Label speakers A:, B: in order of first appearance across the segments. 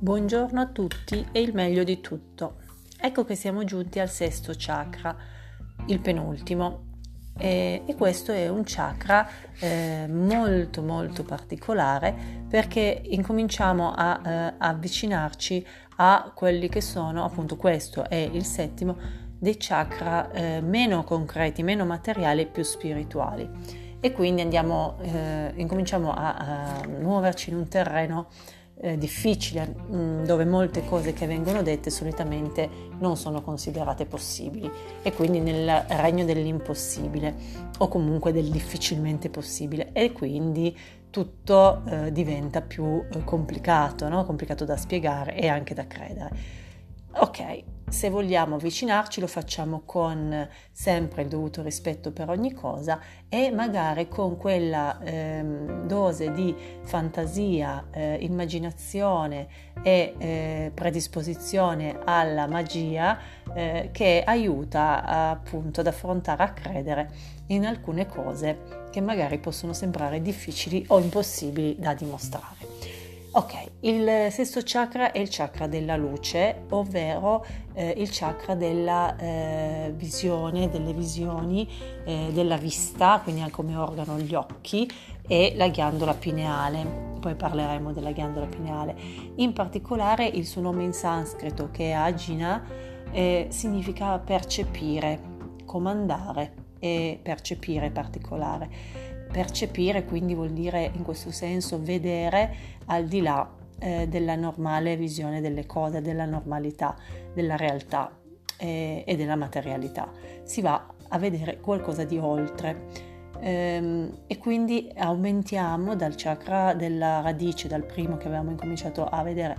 A: Buongiorno a tutti e il meglio di tutto. Ecco che siamo giunti al sesto chakra, il penultimo, e questo è un chakra molto particolare perché incominciamo a avvicinarci a quelli che sono, appunto questo è il settimo, dei chakra meno concreti, meno materiali e più spirituali. E quindi incominciamo a muoverci in un terreno difficile, dove molte cose che vengono dette solitamente non sono considerate possibili, e quindi nel regno dell'impossibile o comunque del difficilmente possibile, e quindi tutto diventa più complicato, no? Complicato da spiegare e anche da credere. Ok, se vogliamo avvicinarci lo facciamo con sempre il dovuto rispetto per ogni cosa e magari con quella dose di fantasia, immaginazione e predisposizione alla magia che aiuta appunto ad affrontare, a credere in alcune cose che magari possono sembrare difficili o impossibili da dimostrare. Ok, il sesto chakra è il chakra della luce, ovvero il chakra della visione, delle visioni, della vista, quindi anche come organo gli occhi, e la ghiandola pineale. Poi parleremo della ghiandola pineale. In particolare il suo nome in sanscrito, che è Ajna, significa percepire, comandare e percepire in particolare. Percepire quindi vuol dire in questo senso vedere al di là della normale visione delle cose, della normalità, della realtà e della materialità. Si va a vedere qualcosa di oltre e quindi aumentiamo dal chakra della radice, dal primo che avevamo incominciato a vedere,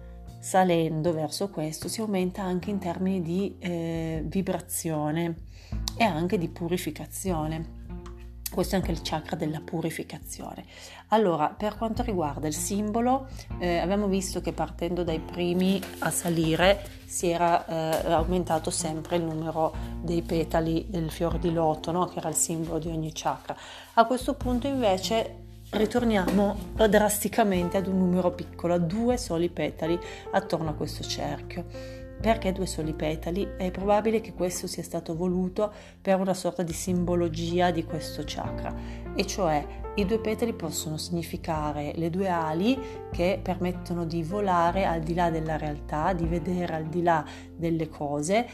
A: salendo verso questo si aumenta anche in termini di vibrazione e anche di purificazione. Questo è anche il chakra della purificazione. Allora, per quanto riguarda il simbolo, abbiamo visto che partendo dai primi a salire si era aumentato sempre il numero dei petali del fior di loto, no? Che era il simbolo di ogni chakra. A questo punto invece ritorniamo drasticamente ad un numero piccolo, a 2 soli petali attorno a questo cerchio. Perché 2 soli petali? È probabile che questo sia stato voluto per una sorta di simbologia di questo chakra, e cioè i 2 petali possono significare le 2 ali che permettono di volare al di là della realtà, di vedere al di là delle cose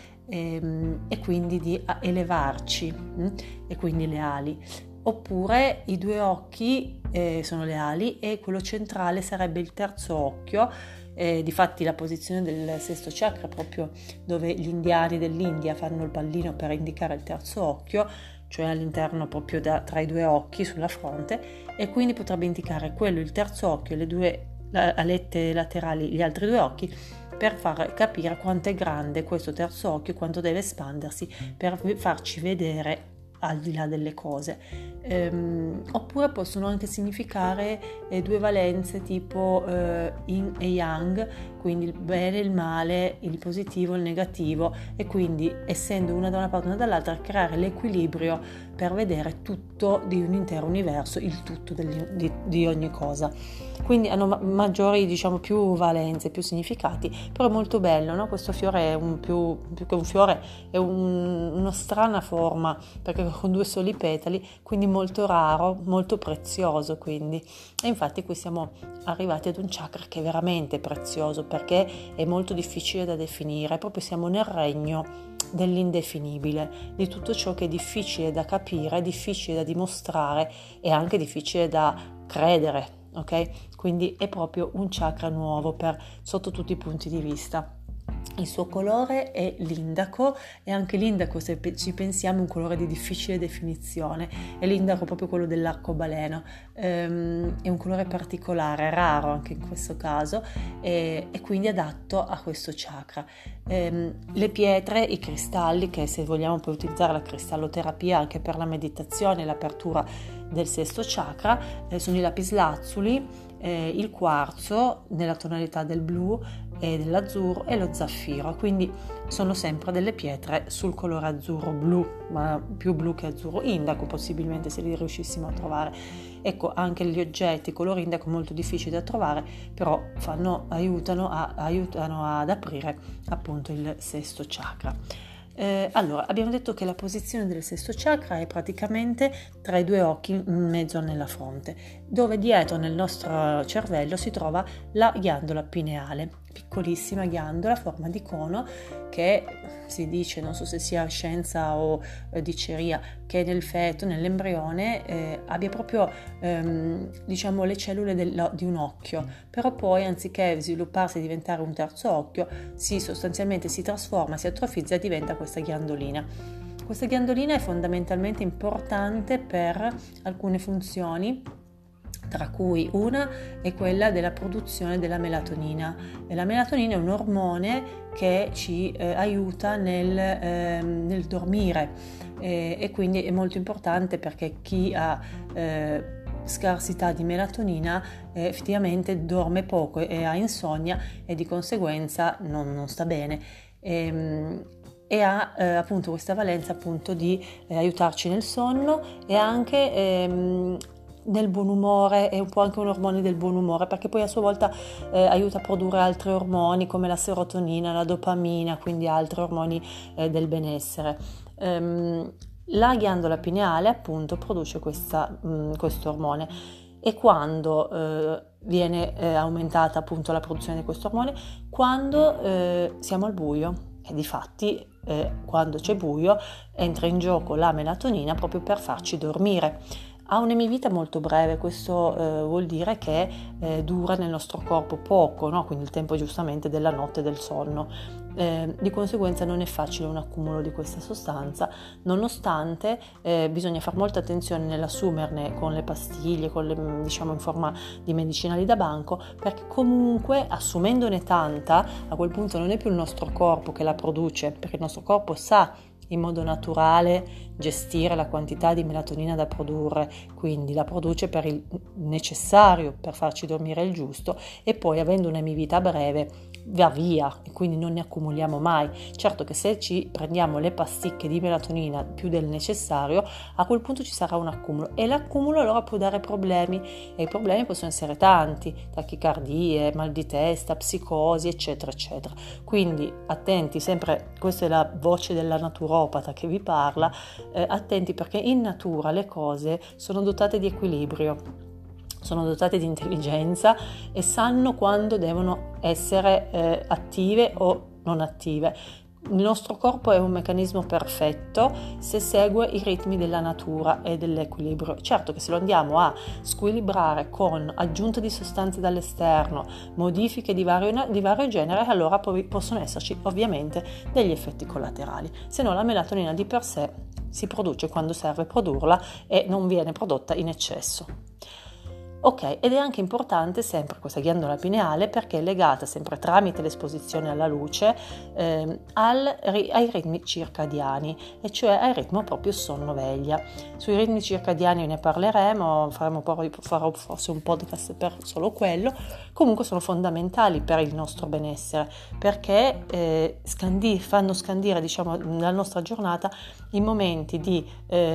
A: e quindi di elevarci, e quindi le ali. Oppure i 2 occhi sono le ali e quello centrale sarebbe il terzo occhio. Difatti la posizione del sesto chakra, proprio dove gli indiani dell'India fanno il pallino per indicare il terzo occhio, cioè all'interno proprio tra i 2 occhi sulla fronte, e quindi potrebbe indicare quello, il terzo occhio, le 2 alette laterali, gli altri 2 occhi, per far capire quanto è grande questo terzo occhio, quanto deve espandersi per farci vedere al di là delle cose. Oppure possono anche significare 2 valenze tipo yin e yang, quindi il bene e il male, il positivo e il negativo, e quindi essendo una da una parte e una dall'altra creare l'equilibrio per vedere tutto di un intero universo, il tutto di ogni cosa. Quindi hanno maggiori, più valenze, più significati, però è molto bello, no? Questo fiore è più che un fiore, è una strana forma, perché con 2 soli petali, quindi molto raro, molto prezioso, quindi. E infatti qui siamo arrivati ad un chakra che è veramente prezioso, perché è molto difficile da definire, proprio siamo nel regno dell'indefinibile, di tutto ciò che è difficile da capire, difficile da dimostrare e anche difficile da credere. Ok? Quindi è proprio un chakra nuovo sotto tutti i punti di vista. Il suo colore è l'indaco, e anche l'indaco, se ci pensiamo, è un colore di difficile definizione. È l'indaco proprio quello dell'arcobaleno, è un colore particolare, raro anche in questo caso, e quindi adatto a questo chakra. Le pietre, i cristalli, che se vogliamo poi utilizzare la cristalloterapia anche per la meditazione e l'apertura del sesto chakra, sono i lapislazzuli, il quarzo nella tonalità del blu e dell'azzurro, e lo zaffiro. Quindi sono sempre delle pietre sul colore azzurro blu, ma più blu che azzurro indaco possibilmente, se li riuscissimo a trovare. Ecco, anche gli oggetti color indaco molto difficili da trovare, però aiutano ad aprire appunto il sesto chakra. Allora, abbiamo detto che la posizione del sesto chakra è praticamente tra i due occhi in mezzo nella fronte, dove dietro nel nostro cervello si trova la ghiandola pineale, piccolissima ghiandola a forma di cono che si dice, non so se sia scienza o diceria, che nel feto, nell'embrione abbia proprio diciamo le cellule di un occhio, però poi anziché svilupparsi e diventare un terzo occhio sostanzialmente si trasforma, si atrofizza e diventa questa ghiandolina. Questa ghiandolina è fondamentalmente importante per alcune funzioni, tra cui una è quella della produzione della melatonina. E la melatonina è un ormone che ci aiuta nel dormire e quindi è molto importante perché chi ha scarsità di melatonina effettivamente dorme poco e ha insonnia e di conseguenza non sta bene. E ha appunto questa valenza appunto di aiutarci nel sonno e anche nel buon umore, è un po' anche un ormone del buon umore, perché poi a sua volta aiuta a produrre altri ormoni come la serotonina, la dopamina, quindi altri ormoni del benessere. La ghiandola pineale appunto produce questo ormone e quando viene aumentata appunto la produzione di questo ormone? Quando siamo al buio. E difatti quando c'è buio entra in gioco la melatonina proprio per farci dormire. Ha un'emivita molto breve, questo vuol dire che dura nel nostro corpo poco, no? Quindi il tempo giustamente della notte del sonno. Di conseguenza non è facile un accumulo di questa sostanza, nonostante bisogna fare molta attenzione nell'assumerne con le pastiglie, diciamo in forma di medicinali da banco, perché comunque assumendone tanta a quel punto non è più il nostro corpo che la produce, perché il nostro corpo sa in modo naturale gestire la quantità di melatonina da produrre, quindi la produce per il necessario per farci dormire il giusto e poi avendo un'emivita breve va via e quindi non ne accumuliamo mai. Certo che se ci prendiamo le pasticche di melatonina più del necessario, a quel punto ci sarà un accumulo e l'accumulo allora può dare problemi e i problemi possono essere tanti, tachicardie, mal di testa, psicosi eccetera eccetera. Quindi attenti sempre, questa è la voce della naturopata che vi parla, attenti perché in natura le cose sono dotate di equilibrio, sono dotate di intelligenza e sanno quando devono essere attive o non attive. Il nostro corpo è un meccanismo perfetto se segue i ritmi della natura e dell'equilibrio. Certo che se lo andiamo a squilibrare con aggiunta di sostanze dall'esterno, modifiche di vario genere, allora poi possono esserci ovviamente degli effetti collaterali. Se no la melatonina di per sé si produce quando serve produrla e non viene prodotta in eccesso. Ok, ed è anche importante sempre questa ghiandola pineale perché è legata sempre tramite l'esposizione alla luce ai ritmi circadiani, e cioè al ritmo proprio sonno-veglia. Sui ritmi circadiani ne parleremo, farò forse un podcast per solo quello. Comunque sono fondamentali per il nostro benessere perché fanno scandire, diciamo, la nostra giornata in momenti di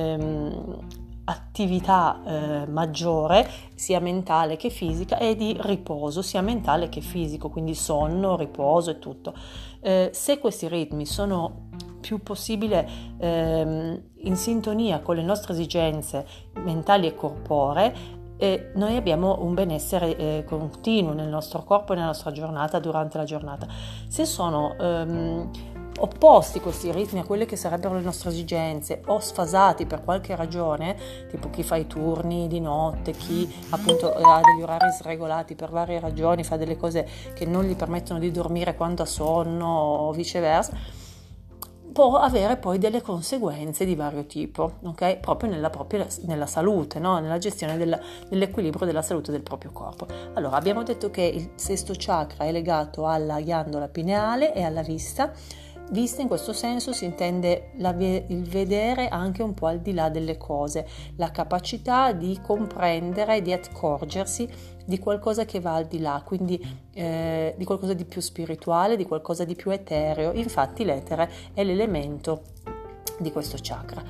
A: attività maggiore sia mentale che fisica e di riposo sia mentale che fisico, quindi sonno, riposo e tutto. Se questi ritmi sono più possibile in sintonia con le nostre esigenze mentali e corporee, noi abbiamo un benessere continuo nel nostro corpo e nella nostra giornata, durante la giornata. Se sono opposti questi ritmi a quelle che sarebbero le nostre esigenze o sfasati per qualche ragione, tipo chi fa i turni di notte, chi appunto ha degli orari sregolati per varie ragioni, fa delle cose che non gli permettono di dormire quando ha sonno o viceversa, può avere poi delle conseguenze di vario tipo, ok? Proprio nella salute, no? Nella gestione dell'equilibrio della salute del proprio corpo. Allora, abbiamo detto che il sesto chakra è legato alla ghiandola pineale e alla vista. Vista in questo senso si intende il vedere anche un po' al di là delle cose, la capacità di comprendere, di accorgersi di qualcosa che va al di là, quindi di qualcosa di più spirituale, di qualcosa di più etereo. Infatti l'etere è l'elemento di questo chakra.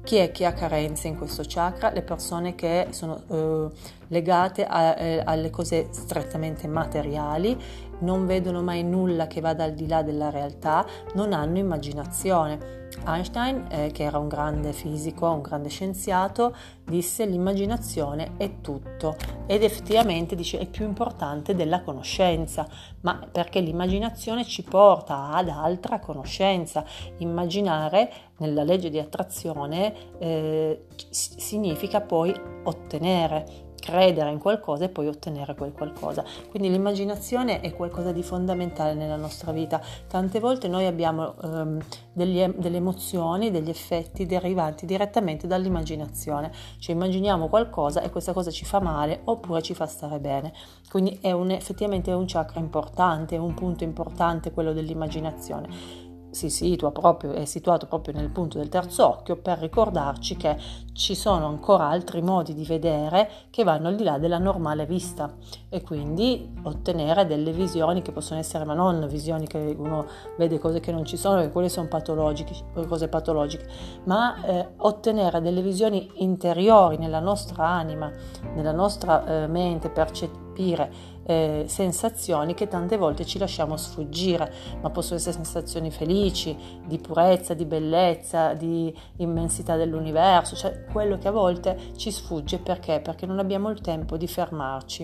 A: Chi è che ha carenze in questo chakra? Le persone che sono legate alle cose strettamente materiali, non vedono mai nulla che vada al di là della realtà, non hanno immaginazione. Einstein, che era un grande fisico, un grande scienziato, disse: l'immaginazione è tutto, ed effettivamente dice è più importante della conoscenza, ma perché l'immaginazione ci porta ad altra conoscenza. Immaginare nella legge di attrazione significa poi ottenere, credere in qualcosa e poi ottenere quel qualcosa. Quindi l'immaginazione è qualcosa di fondamentale nella nostra vita. Tante volte noi abbiamo delle emozioni, degli effetti derivanti direttamente dall'immaginazione, cioè immaginiamo qualcosa e questa cosa ci fa male oppure ci fa stare bene. Quindi effettivamente è un chakra importante, è un punto importante quello dell'immaginazione. È situato proprio nel punto del terzo occhio, per ricordarci che ci sono ancora altri modi di vedere che vanno al di là della normale vista, e quindi ottenere delle visioni che possono essere, ma non visioni che uno vede cose che non ci sono, perché quelle sono cose patologiche, ma ottenere delle visioni interiori nella nostra anima, nella nostra mente, percepire sensazioni che tante volte ci lasciamo sfuggire, ma possono essere sensazioni felici, di purezza, di bellezza, di immensità dell'universo, cioè quello che a volte ci sfugge. Perché non abbiamo il tempo di fermarci.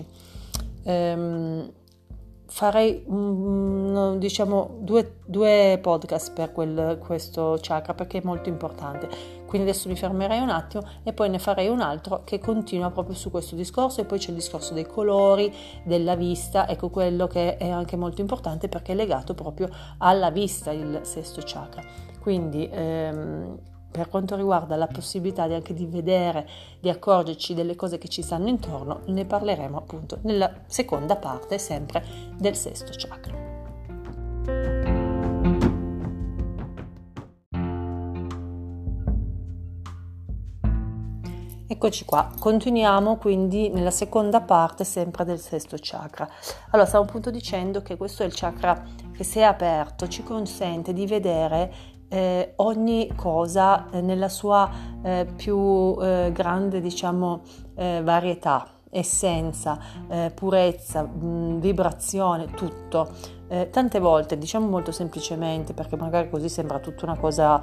A: Farei diciamo due podcast per questo chakra, perché è molto importante. Quindi adesso mi fermerei un attimo e poi ne farei un altro che continua proprio su questo discorso, e poi c'è il discorso dei colori, della vista, ecco, quello che è anche molto importante perché è legato proprio alla vista, il sesto chakra. Quindi per quanto riguarda la possibilità anche di vedere, di accorgerci delle cose che ci stanno intorno, ne parleremo appunto nella seconda parte sempre del sesto chakra. Eccoci qua, continuiamo quindi nella seconda parte sempre del sesto chakra. Allora, stavo appunto dicendo che questo è il chakra che, se aperto, ci consente di vedere ogni cosa nella sua più grande, diciamo, varietà, essenza, purezza, vibrazione, tutto. Tante volte, diciamo molto semplicemente, perché magari così sembra tutta una cosa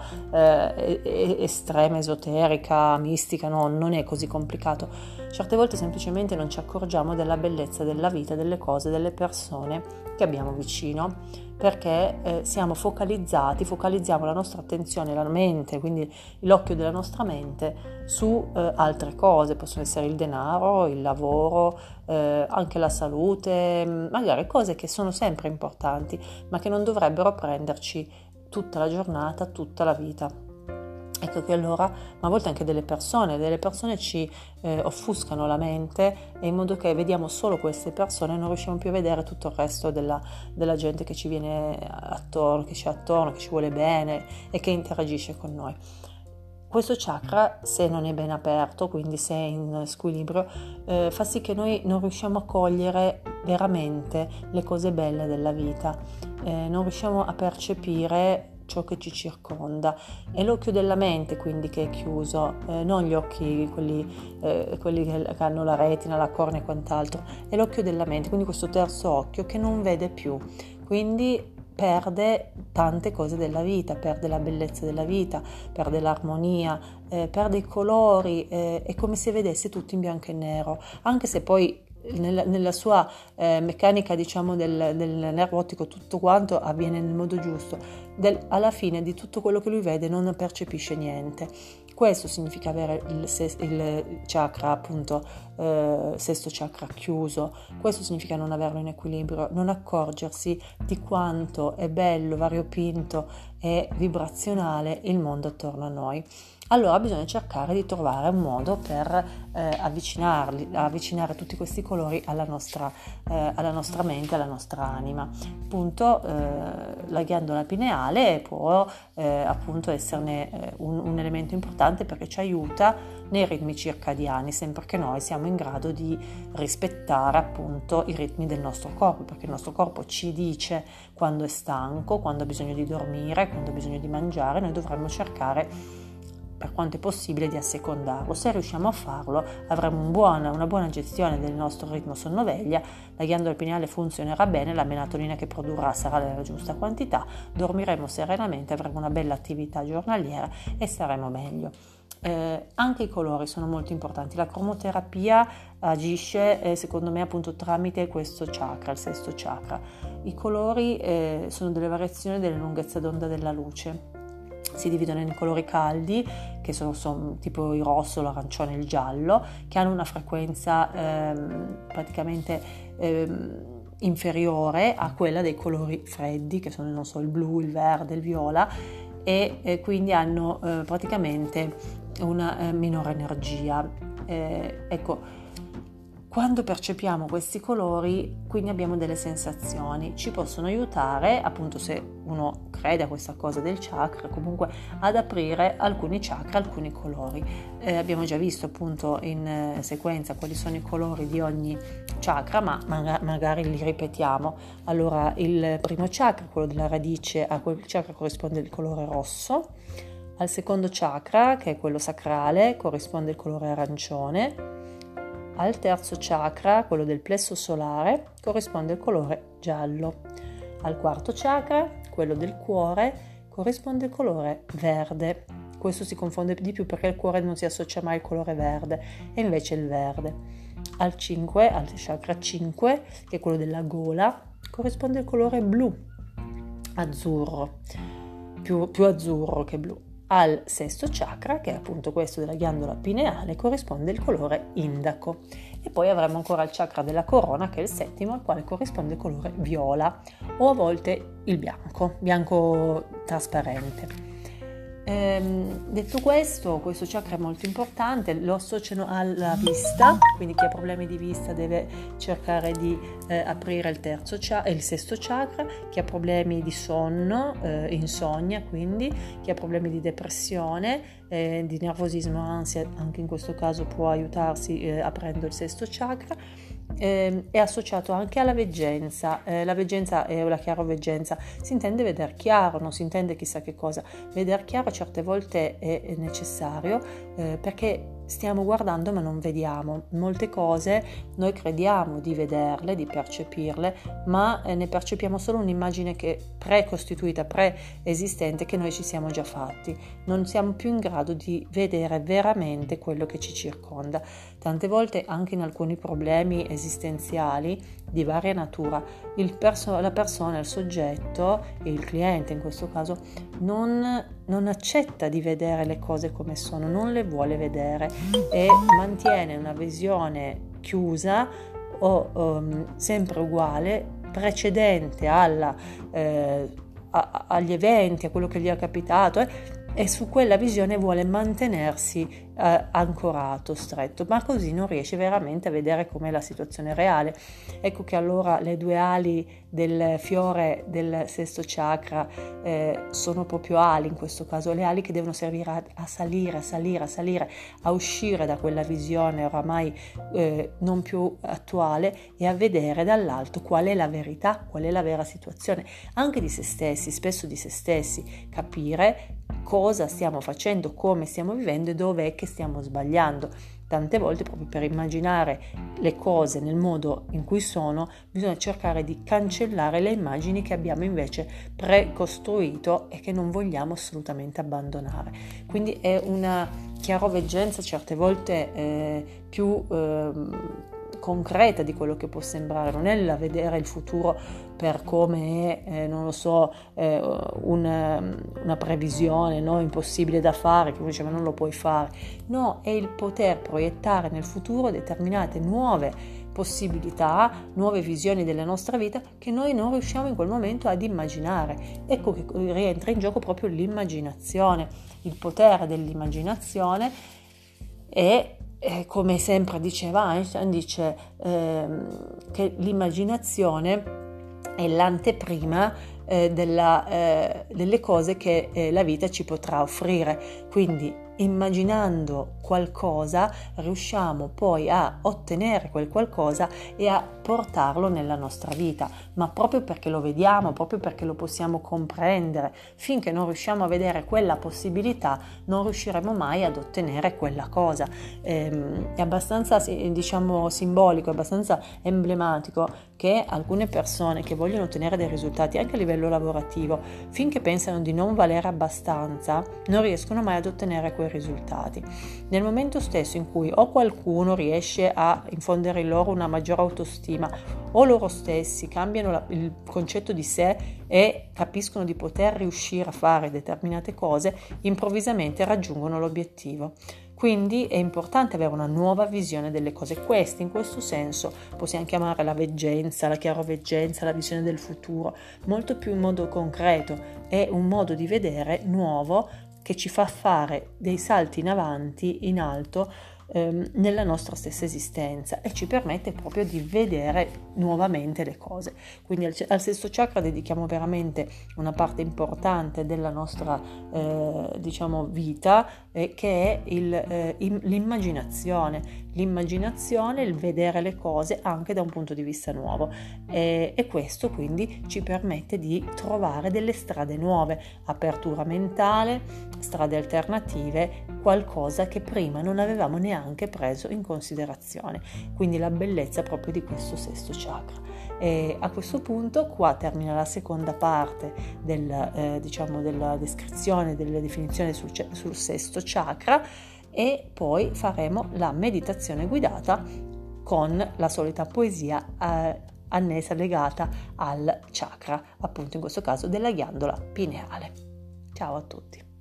A: estrema, esoterica, mistica, no, non è così complicato. Certe volte semplicemente non ci accorgiamo della bellezza della vita, delle cose, delle persone che abbiamo vicino, perché siamo focalizziamo la nostra attenzione, la mente, quindi l'occhio della nostra mente su altre cose. Possono essere il denaro, il lavoro, anche la salute, magari cose che sono sempre importanti, ma che non dovrebbero prenderci tutta la giornata, tutta la vita. Ecco che allora, ma a volte anche delle persone ci offuscano la mente, e in modo che vediamo solo queste persone, non riusciamo più a vedere tutto il resto della gente che ci viene attorno, che ci vuole bene e che interagisce con noi. Questo chakra, se non è ben aperto, quindi se è in squilibrio, fa sì che noi non riusciamo a cogliere veramente le cose belle della vita, non riusciamo a percepire ciò che ci circonda. È l'occhio della mente quindi che è chiuso, non gli occhi, quelli che hanno la retina, la cornea e quant'altro, è l'occhio della mente, quindi questo terzo occhio che non vede più, quindi perde tante cose della vita, perde la bellezza della vita, perde l'armonia, perde i colori, è come se vedesse tutto in bianco e nero, anche se poi nella sua meccanica, diciamo, del nervo ottico tutto quanto avviene nel modo giusto. Alla fine di tutto quello che lui vede non percepisce niente. Questo significa avere il chakra, appunto, sesto chakra chiuso. Questo significa non averlo in equilibrio, non accorgersi di quanto è bello, variopinto e vibrazionale il mondo attorno a noi. Allora bisogna cercare di trovare un modo per avvicinare tutti questi colori alla nostra mente, alla nostra anima. Appunto, la ghiandola pineale può appunto esserne un elemento importante, perché ci aiuta nei ritmi circadiani, sempre che noi siamo in grado di rispettare appunto i ritmi del nostro corpo, perché il nostro corpo ci dice quando è stanco, quando ha bisogno di dormire, quando ha bisogno di mangiare. Noi dovremmo cercare per quanto è possibile di assecondarlo. Se riusciamo a farlo avremo una buona gestione del nostro ritmo sonno-veglia, la ghiandola pineale funzionerà bene, la melatonina che produrrà sarà della giusta quantità, dormiremo serenamente, avremo una bella attività giornaliera e staremo meglio. Anche i colori sono molto importanti. La cromoterapia agisce secondo me appunto tramite questo chakra, il sesto chakra. I colori sono delle variazioni delle lunghezze d'onda della luce. Si dividono in colori caldi, che sono tipo il rosso, l'arancione e il giallo, che hanno una frequenza praticamente inferiore a quella dei colori freddi, che sono, non so, il blu, il verde, il viola, e quindi hanno praticamente una minore energia. Ecco, quando percepiamo questi colori, quindi abbiamo delle sensazioni, ci possono aiutare, appunto, se uno crede a questa cosa del chakra, comunque ad aprire alcuni chakra, alcuni colori. Abbiamo già visto appunto in sequenza quali sono i colori di ogni chakra, ma magari li ripetiamo. Allora, il primo chakra, quello della radice, a quel chakra corrisponde il colore rosso. Al secondo chakra, che è quello sacrale, corrisponde il colore arancione. Al terzo chakra, quello del plesso solare, corrisponde il colore giallo. Al quarto chakra, quello del cuore, corrisponde il colore verde. Questo si confonde di più perché il cuore non si associa mai al colore verde, e invece il verde. Al chakra 5, che è quello della gola, corrisponde il colore blu, azzurro, più azzurro che blu. Al sesto chakra, che è appunto questo della ghiandola pineale, corrisponde il colore indaco. E poi avremo ancora il chakra della corona, che è il settimo, al quale corrisponde il colore viola, o a volte il bianco trasparente. Detto questo chakra è molto importante, lo associano alla vista, quindi chi ha problemi di vista deve cercare di aprire il sesto chakra, chi ha problemi di sonno, insonnia, quindi chi ha problemi di depressione, di nervosismo, ansia, anche in questo caso può aiutarsi aprendo il sesto chakra. È associato anche alla veggenza. La veggenza o la chiaroveggenza si intende vedere chiaro, non si intende chissà che cosa. Vedere chiaro certe volte è necessario perché stiamo guardando ma non vediamo. Molte cose noi crediamo di vederle, di percepirle, ma ne percepiamo solo un'immagine che precostituita, preesistente, che noi ci siamo già fatti. Non siamo più in grado di vedere veramente quello che ci circonda. Tante volte anche in alcuni problemi esistenziali di varia natura la persona, il soggetto, il cliente in questo caso, non accetta di vedere le cose come sono, non le vuole vedere e mantiene una visione chiusa o sempre uguale, precedente agli eventi, a quello che gli è capitato, e su quella visione vuole mantenersi ancorato, stretto, ma così non riesce veramente a vedere com'è la situazione reale. Ecco che allora le due ali del fiore del sesto chakra sono proprio ali, in questo caso le ali che devono servire a salire, a uscire da quella visione oramai non più attuale e a vedere dall'alto qual è la verità, qual è la vera situazione, anche di se stessi, spesso di se stessi, capire cosa stiamo facendo, come stiamo vivendo e dove è che stiamo sbagliando. Tante volte, proprio per immaginare le cose nel modo in cui sono, bisogna cercare di cancellare le immagini che abbiamo invece precostruito e che non vogliamo assolutamente abbandonare. Quindi è una chiaroveggenza certe volte più concreta di quello che può sembrare, non è la vedere il futuro per come è, non lo so, una previsione, no? Impossibile da fare, che uno dice ma non lo puoi fare, no, è il poter proiettare nel futuro determinate nuove possibilità, nuove visioni della nostra vita che noi non riusciamo in quel momento ad immaginare. Ecco che rientra in gioco proprio l'immaginazione, il potere dell'immaginazione. E come sempre diceva Einstein, dice che l'immaginazione è l'anteprima delle cose che la vita ci potrà offrire. Quindi immaginando qualcosa riusciamo poi a ottenere quel qualcosa e a portarlo nella nostra vita, ma proprio perché lo vediamo, proprio perché lo possiamo comprendere. Finché non riusciamo a vedere quella possibilità non riusciremo mai ad ottenere quella cosa. È abbastanza, diciamo, simbolico, è abbastanza emblematico che alcune persone che vogliono ottenere dei risultati anche a livello lavorativo, finché pensano di non valere abbastanza, non riescono mai ad ottenere quei risultati. Nel momento stesso in cui o qualcuno riesce a infondere in loro una maggiore autostima o loro stessi cambiano il concetto di sé e capiscono di poter riuscire a fare determinate cose, improvvisamente raggiungono l'obiettivo. Quindi è importante avere una nuova visione delle cose. In questo senso possiamo chiamare la veggenza, la chiaroveggenza, la visione del futuro, molto più in modo concreto. È un modo di vedere nuovo che ci fa fare dei salti in avanti, in alto, nella nostra stessa esistenza e ci permette proprio di vedere nuovamente le cose. Quindi al sesto chakra dedichiamo veramente una parte importante della nostra diciamo vita, che è l'immaginazione, il vedere le cose anche da un punto di vista nuovo, e questo quindi ci permette di trovare delle strade nuove, apertura mentale, strade alternative, qualcosa che prima non avevamo neanche preso in considerazione. Quindi la bellezza proprio di questo sesto chakra. E a questo punto qua termina la seconda parte della descrizione, delle definizioni sul sesto chakra, e poi faremo la meditazione guidata con la solita poesia annessa legata al chakra, appunto in questo caso della ghiandola pineale. Ciao a tutti.